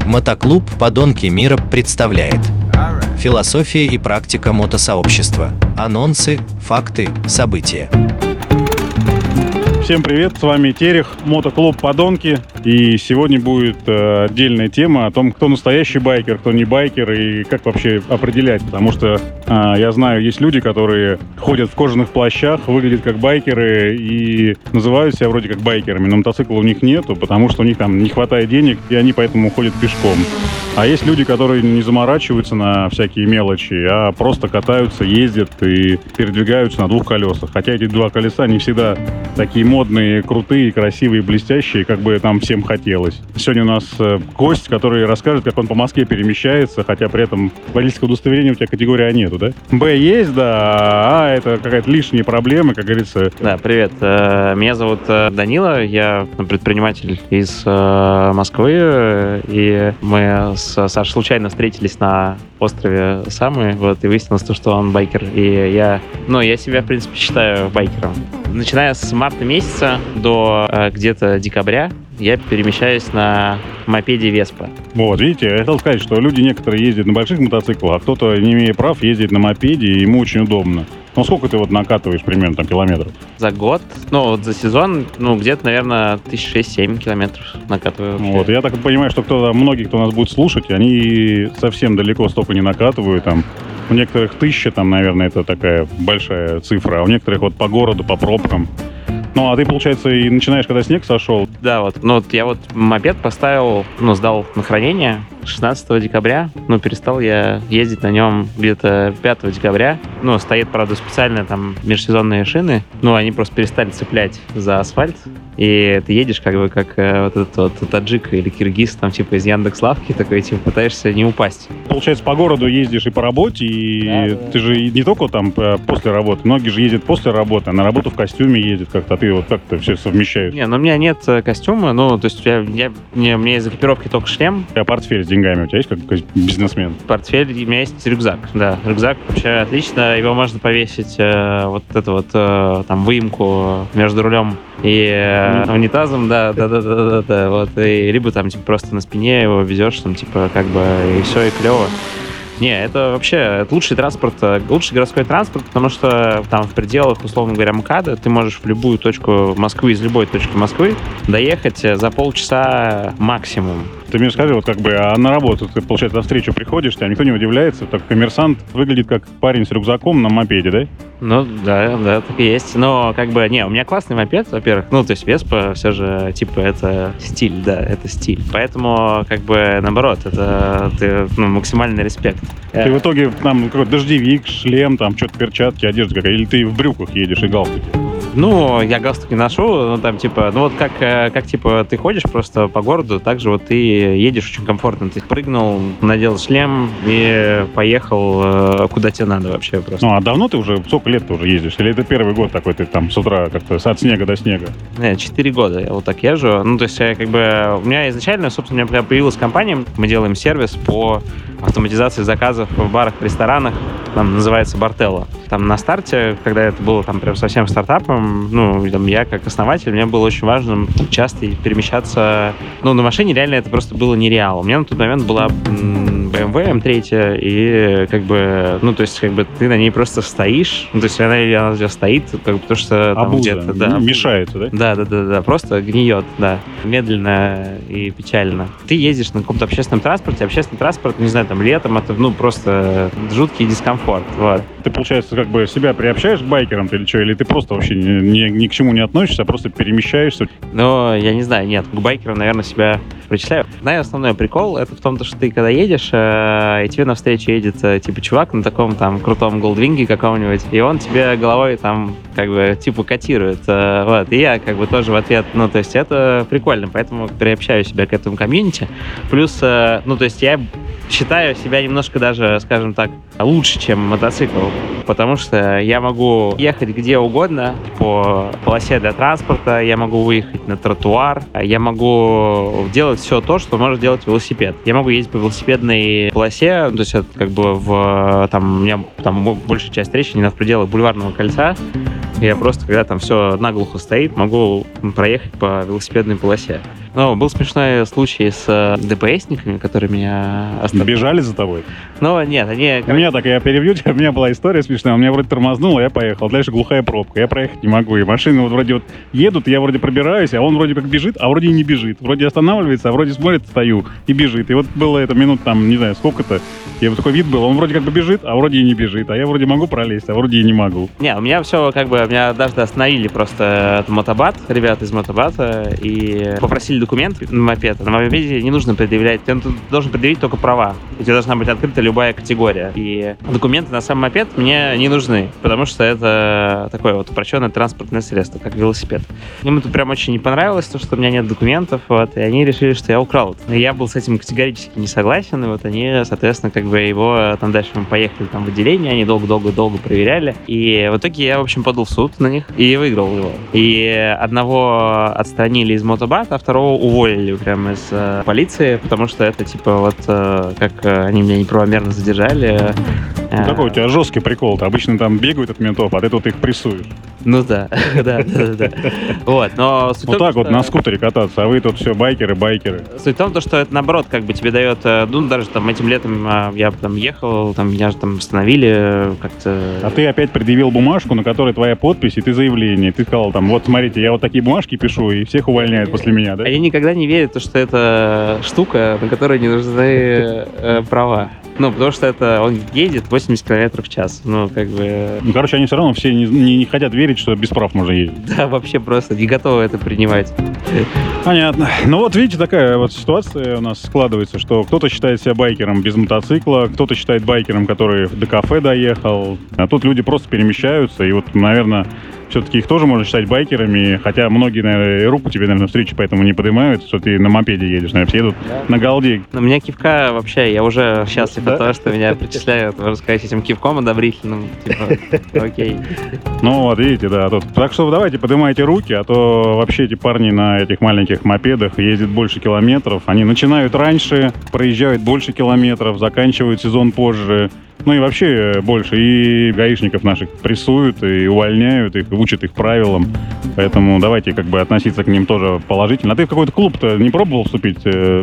Мотоклуб «Подонки мира» представляет философия и практика мотосообщества. Анонсы, факты, события. Всем привет, с вами Терех, мотоклуб «Подонки». И сегодня будет отдельная тема о том, кто настоящий байкер, кто не байкер и как вообще определять. Потому что я знаю, есть люди, которые ходят в кожаных плащах, выглядят как байкеры и называют себя вроде как байкерами, но мотоцикла у них нету, потому что у них там не хватает денег, и они поэтому ходят пешком. А есть люди, которые не заморачиваются на всякие мелочи, а просто катаются, ездят и передвигаются на двух колесах. Хотя эти два колеса не всегда такие модные, крутые, красивые, блестящие, как бы нам всем хотелось. Сегодня у нас гость, который расскажет, как он по Москве перемещается, хотя при этом водительского удостоверения у тебя категория А нету, да? Б есть, да, А это какая-то лишняя проблема, как говорится. Да, привет. Меня зовут Данила, я предприниматель из Москвы, и мы с Сашей случайно встретились на острове Самы, вот, и выяснилось то, что он байкер, и я себя, в принципе, считаю байкером. Начиная с марта месяца до где-то декабря я перемещаюсь на мопеде Веспа. Вот, видите, я хотел сказать, что люди некоторые ездят на больших мотоциклах, а кто-то, не имея прав, ездит на мопеде, и ему очень удобно. Ну, сколько ты вот накатываешь примерно там километров? За год, за сезон, где-то, наверное, 1006-7 километров накатываю. Вот, я так понимаю, что многие, кто нас будет слушать, они совсем далеко столько не накатывают, там. У некоторых 1000, там, наверное, это такая большая цифра, а у некоторых вот по городу, по пробкам. Ну, а ты, получается, и начинаешь, когда снег сошел? Да, я мопед поставил, сдал на хранение 16 декабря. Перестал я ездить на нем где-то 5 декабря. Стоит, правда, специально там межсезонные шины. Они просто перестали цеплять за асфальт. И ты едешь как вот этот вот таджик или киргиз, там, типа, из Яндекс.Лавки, такой, типа, пытаешься не упасть. Получается, по городу ездишь и по работе, и да. Ты же не только там после работы. Многие же ездят после работы, а на работу в костюме ездят как-то. А ты вот как ты все совмещаешь? Не, у меня нет костюма, то есть мне из экипировки только шлем. А портфель с деньгами у тебя есть, как бизнесмен? Портфель, у меня есть рюкзак, да. Рюкзак вообще отлично, его можно повесить, выемку между рулем и унитазом, да, вот, и либо там, типа, просто на спине его везешь, там, типа, как бы, и все, и клево. Не, это вообще лучший транспорт, лучший городской транспорт, потому что там в пределах, условно говоря, МКАДа ты можешь в любую точку Москвы, из любой точки Москвы доехать за полчаса максимум. Ты мне скажи, а на работу ты, получается, на встречу приходишь, тебя никто не удивляется, так коммерсант выглядит как парень с рюкзаком на мопеде, да? Да, так и есть. Но, у меня классный мопед, во-первых. То есть Веспа все же, типа, это стиль, да, это стиль. Поэтому, наоборот, это максимальный респект. Ты в итоге, там, какой-то дождевик, шлем, там, что-то перчатки, одежда какая, или ты в брюках едешь и галстуки? Я галстук не ношу, как ты ходишь просто по городу, так же вот ты едешь очень комфортно. Ты прыгнул, надел шлем и поехал куда тебе надо вообще просто. А давно ты уже, сколько лет ты уже ездишь? Или это первый год такой, ты там с утра как-то от снега до снега? Нет, 4 года я вот так езжу. У меня изначально, собственно, у меня появилась компания, мы делаем сервис по автоматизации заказов в барах, ресторанах, там называется Бартелло. Там на старте, когда это было там прям совсем стартапом, я как основатель, мне было очень важно часто перемещаться. На машине реально это просто было нереально. У меня на тот момент была BMW M3, и ты на ней просто стоишь, она у тебя стоит, потому что там где-то... Да, мешается, да? Да, просто гниет, да. Медленно и печально. Ты ездишь на каком-то общественном транспорте, общественный транспорт, не знаю, там летом, это, просто жуткий дискомфорт, вот. Ты, получается, себя приобщаешь к байкерам или что? Или ты просто вообще ни к чему не относишься, а просто перемещаешься? Я не знаю, нет, к байкерам, наверное, себя причисляю. Знаю, основной прикол, это в том, что ты, когда едешь, и тебе навстречу едет, типа, чувак на таком, там, крутом голдвинге каком-нибудь, и он тебе головой, там, котирует, вот, и я, тоже в ответ, то есть это прикольно, поэтому приобщаю себя к этому комьюнити. Плюс, я считаю себя немножко даже, скажем так, лучше, чем мотоцикл, потому что я могу ехать где угодно по полосе для транспорта, я могу выехать на тротуар, я могу делать все то, что может делать велосипед. Я могу ездить по велосипедной полосе, то есть это у меня там большая часть речи не в пределах Бульварного кольца. Я просто, когда там все наглухо стоит, могу проехать по велосипедной полосе. Ну, был смешной случай с ДПСниками, которые меня остановили. Бежали за тобой? Ну, нет, они... У меня так, я перебью тебя, у меня была история смешная, у меня вроде тормознуло, я поехал, дальше глухая пробка, я проехать не могу, и машины вот вроде вот едут, я вроде пробираюсь, а он вроде как бежит, а вроде и не бежит, вроде останавливается, а вроде смотрит, стою, и бежит, и вот было это минут там, не знаю, сколько-то, и вот такой вид был, он вроде как бы бежит, а вроде и не бежит, а я вроде могу пролезть, а вроде и не могу. Не, у меня все как бы, меня даже остановили просто мотобат, ребята из мотобата, и попросили документ на мопед. На мопеде не нужно предъявлять, ты должен предъявить только права. У тебя должна быть открыта любая категория. И документы на сам мопед мне не нужны, потому что это такое вот упрощенное транспортное средство, как велосипед. Им это прям очень не понравилось, то, что у меня нет документов, вот, и они решили, что я украл. И я был с этим категорически не согласен, и вот они, соответственно, как бы его там дальше мы поехали там в отделение, они долго-долго-долго проверяли, и в итоге я, в общем, подал в суд на них и выиграл его. И одного отстранили из мотобата, а второго уволили прямо из полиции, потому что это типа вот как они меня неправомерно задержали. Такой у тебя жесткий прикол-то. Обычно там бегают от ментов, а ты тут их прессуешь. Ну да, да. Вот, но суть вот так вот на скутере кататься, а вы тут все байкеры. Суть в том, что это наоборот, как бы тебе дает, ну даже там этим летом я там ехал, там меня же там остановили как-то. А ты опять предъявил бумажку, на которой твоя подпись, и ты заявление. Ты сказал там, вот смотрите, я вот такие бумажки пишу, и всех увольняют после меня, да? Они никогда не верят, что это штука, на которой не нужны права. Ну, потому что это он едет 80 км в час. Ну, как бы... Ну, короче, они все равно все не хотят верить, что без прав можно ездить. Да, вообще просто не готовы это принимать. Понятно. Ну вот видите, такая вот ситуация у нас складывается, что кто-то считает себя байкером без мотоцикла, кто-то считает байкером, который до кафе доехал, а тут люди просто перемещаются, и вот, наверное, все-таки их тоже можно считать байкерами, хотя многие, наверное, и руку тебе, наверное, встречи поэтому не поднимают, что ты на мопеде едешь, наверное, все едут на голде. У меня кивка вообще, я уже счастлив от того, что меня причисляют, можно сказать, этим кивком одобрительным, типа, окей. Ну вот, видите, да, тут. Так что давайте поднимайте руки, а то вообще эти парни на этих маленьких мопедах ездят больше километров, они начинают раньше, проезжают больше километров, заканчивают сезон позже. Ну и вообще больше. И гаишников наших прессуют, и увольняют их, учат их правилам. Поэтому давайте как бы относиться к ним тоже положительно. А ты в какой-то клуб-то не пробовал вступить?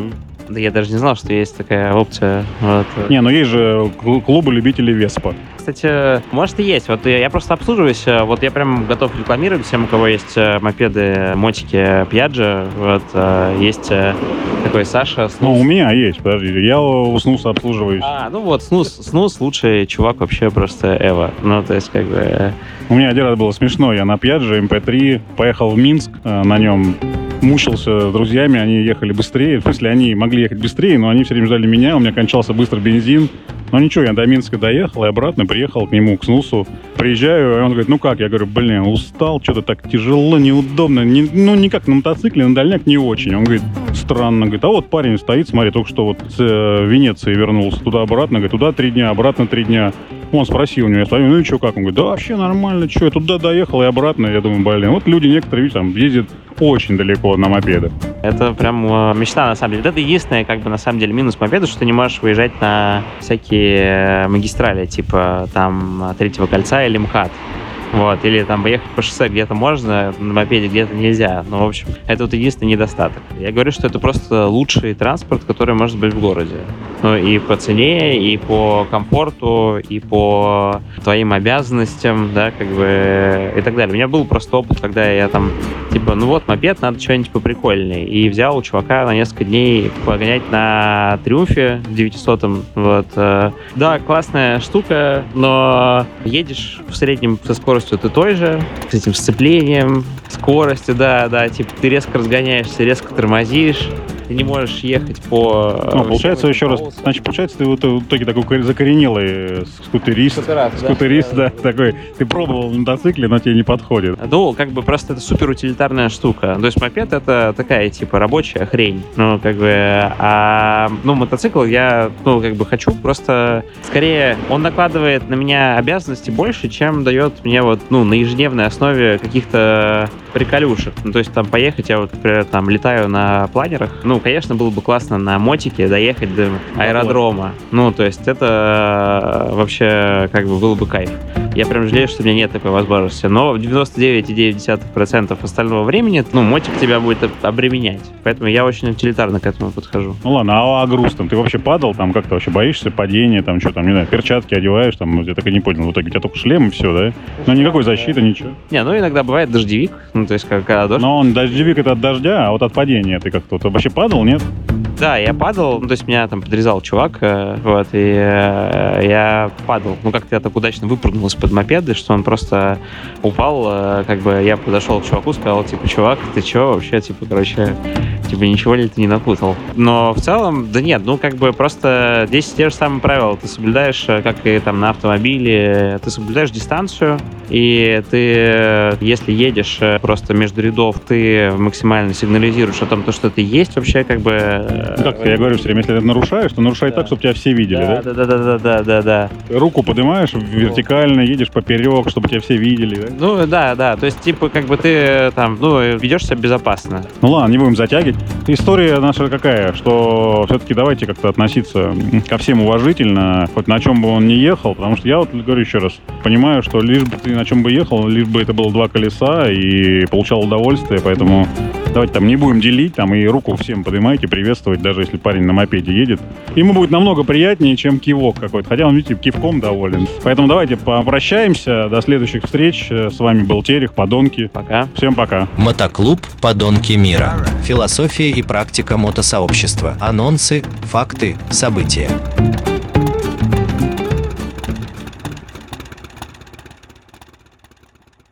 Да я даже не знал, что есть такая опция. Вот. Не, ну есть же клубы любителей Веспа. Кстати, может и есть. Вот я просто обслуживаюсь. Вот я прям готов рекламировать всем, у кого есть мопеды, мотики Piaggio. Вот есть такой Саша. Снус. Ну, у меня есть, подожди. Я у Снуса обслуживаюсь. Ну вот, Снус лучший чувак вообще просто Эва. Ну, то есть, как бы... У меня один раз было смешно. Я на Piaggio MP3 поехал в Минск на нем. Мучился с друзьями, они ехали быстрее. В смысле, они могли ехать быстрее, но они все время ждали меня. У меня кончался быстро бензин. Но ничего, я до Минска доехал и обратно приехал к нему, к Снусу. Приезжаю, и он говорит, ну как? Я говорю, блин, устал, что-то так тяжело, неудобно. Ну, никак на мотоцикле, на дальняк не очень. Он говорит, странно. Говорит, а вот парень стоит, смотри, только что вот с Венеции вернулся туда-обратно. Говорит, туда 3 дня, обратно 3 дня. Он спросил у него, я смотрю, ну и что, как? Он говорит, да вообще нормально, что, я туда доехал и обратно. Я думаю, блин, вот люди некоторые, видишь, там ездят очень далеко на мопедах. Это прям мечта, на самом деле. Это единственное, как бы, на самом деле, минус мопеда, что ты не можешь выезжать на всякие магистрали, типа, там, Третьего кольца или МХАТ. Вот, или там поехать по шоссе где-то можно, на мопеде где-то нельзя. Ну, в общем, это вот единственный недостаток. Я говорю, что это просто лучший транспорт, который может быть в городе. Ну, и по цене, и по комфорту, и по твоим обязанностям, да, как бы, и так далее. У меня был просто опыт, когда я там, типа, ну вот, мопед, надо что-нибудь поприкольнее. И взял у чувака на несколько дней погонять на Триумфе 900-м. Вот. Да, классная штука, но едешь в среднем со скоростью ты той же, с этим сцеплением, скоростью, да, типа ты резко разгоняешься, резко тормозишь, ты не можешь ехать по... Ну, получается, еще раз, значит, получается, ты вот в итоге такой закоренелый скутерист, да, такой, ты пробовал на мотоцикле, но тебе не подходит. Ну, как бы просто это супер утилитарная штука. То есть мопед — это такая, типа, рабочая хрень. Ну, как бы, ну, мотоцикл я, ну, как бы хочу просто... Скорее, он накладывает на меня обязанности больше, чем дает мне вот, ну, на ежедневной основе каких-то приколюшек. Ну, то есть там поехать, я вот, например, там летаю на планерах. Ну, конечно, было бы классно на мотике доехать до аэродрома. Ну, то есть это вообще как бы был бы кайф. Я прям жалею, что у меня нет такой возможности. Но в 99,9% остального времени, мотик тебя будет обременять. Поэтому я очень утилитарно к этому подхожу. Ну ладно, а груз там? Ты вообще падал? Там как-то вообще боишься падения? Там что там, не знаю, перчатки одеваешь? Там, я так и не понял. В итоге у тебя только шлем и все, да? Ну никакой защиты, ничего. Не, иногда бывает дождевик. То есть, когда дождь. Но дождевик это от дождя, а вот от падения ты как-то вообще падал, нет? Да, я падал, то есть меня там подрезал чувак, и я падал. Как-то я так удачно выпрыгнул из-под мопеда, что он просто упал, я подошел к чуваку, сказал, чувак, ты чё вообще, ничего ли ты не напутал? Но в целом, да нет, просто здесь те же самые правила. Ты соблюдаешь, как и там на автомобиле, ты соблюдаешь дистанцию, и ты, если едешь просто между рядов, ты максимально сигнализируешь о том, что ты есть вообще, Как я говорю все время, если ты нарушаешь, то нарушай так, чтобы тебя все видели, да? Да. Руку поднимаешь вертикально, едешь поперек, чтобы тебя все видели, да? Да. То есть, ты ведешь себя безопасно. Ну ладно, не будем затягивать. История наша какая, что все-таки давайте как-то относиться ко всем уважительно, хоть на чем бы он ни ехал, потому что я говорю еще раз, понимаю, что лишь бы ты на чем бы ехал, лишь бы это было 2 колеса и получал удовольствие, поэтому давайте не будем делить, и руку всем поднимайте, приветствовать, даже если парень на мопеде едет. Ему будет намного приятнее, чем кивок какой-то, хотя он, видите, кивком доволен. Поэтому давайте попрощаемся, до следующих встреч. С вами был Терех, подонки. Пока. Всем пока. Мотоклуб «Подонки мира». Философия и практика мотосообщества. Анонсы, факты, события.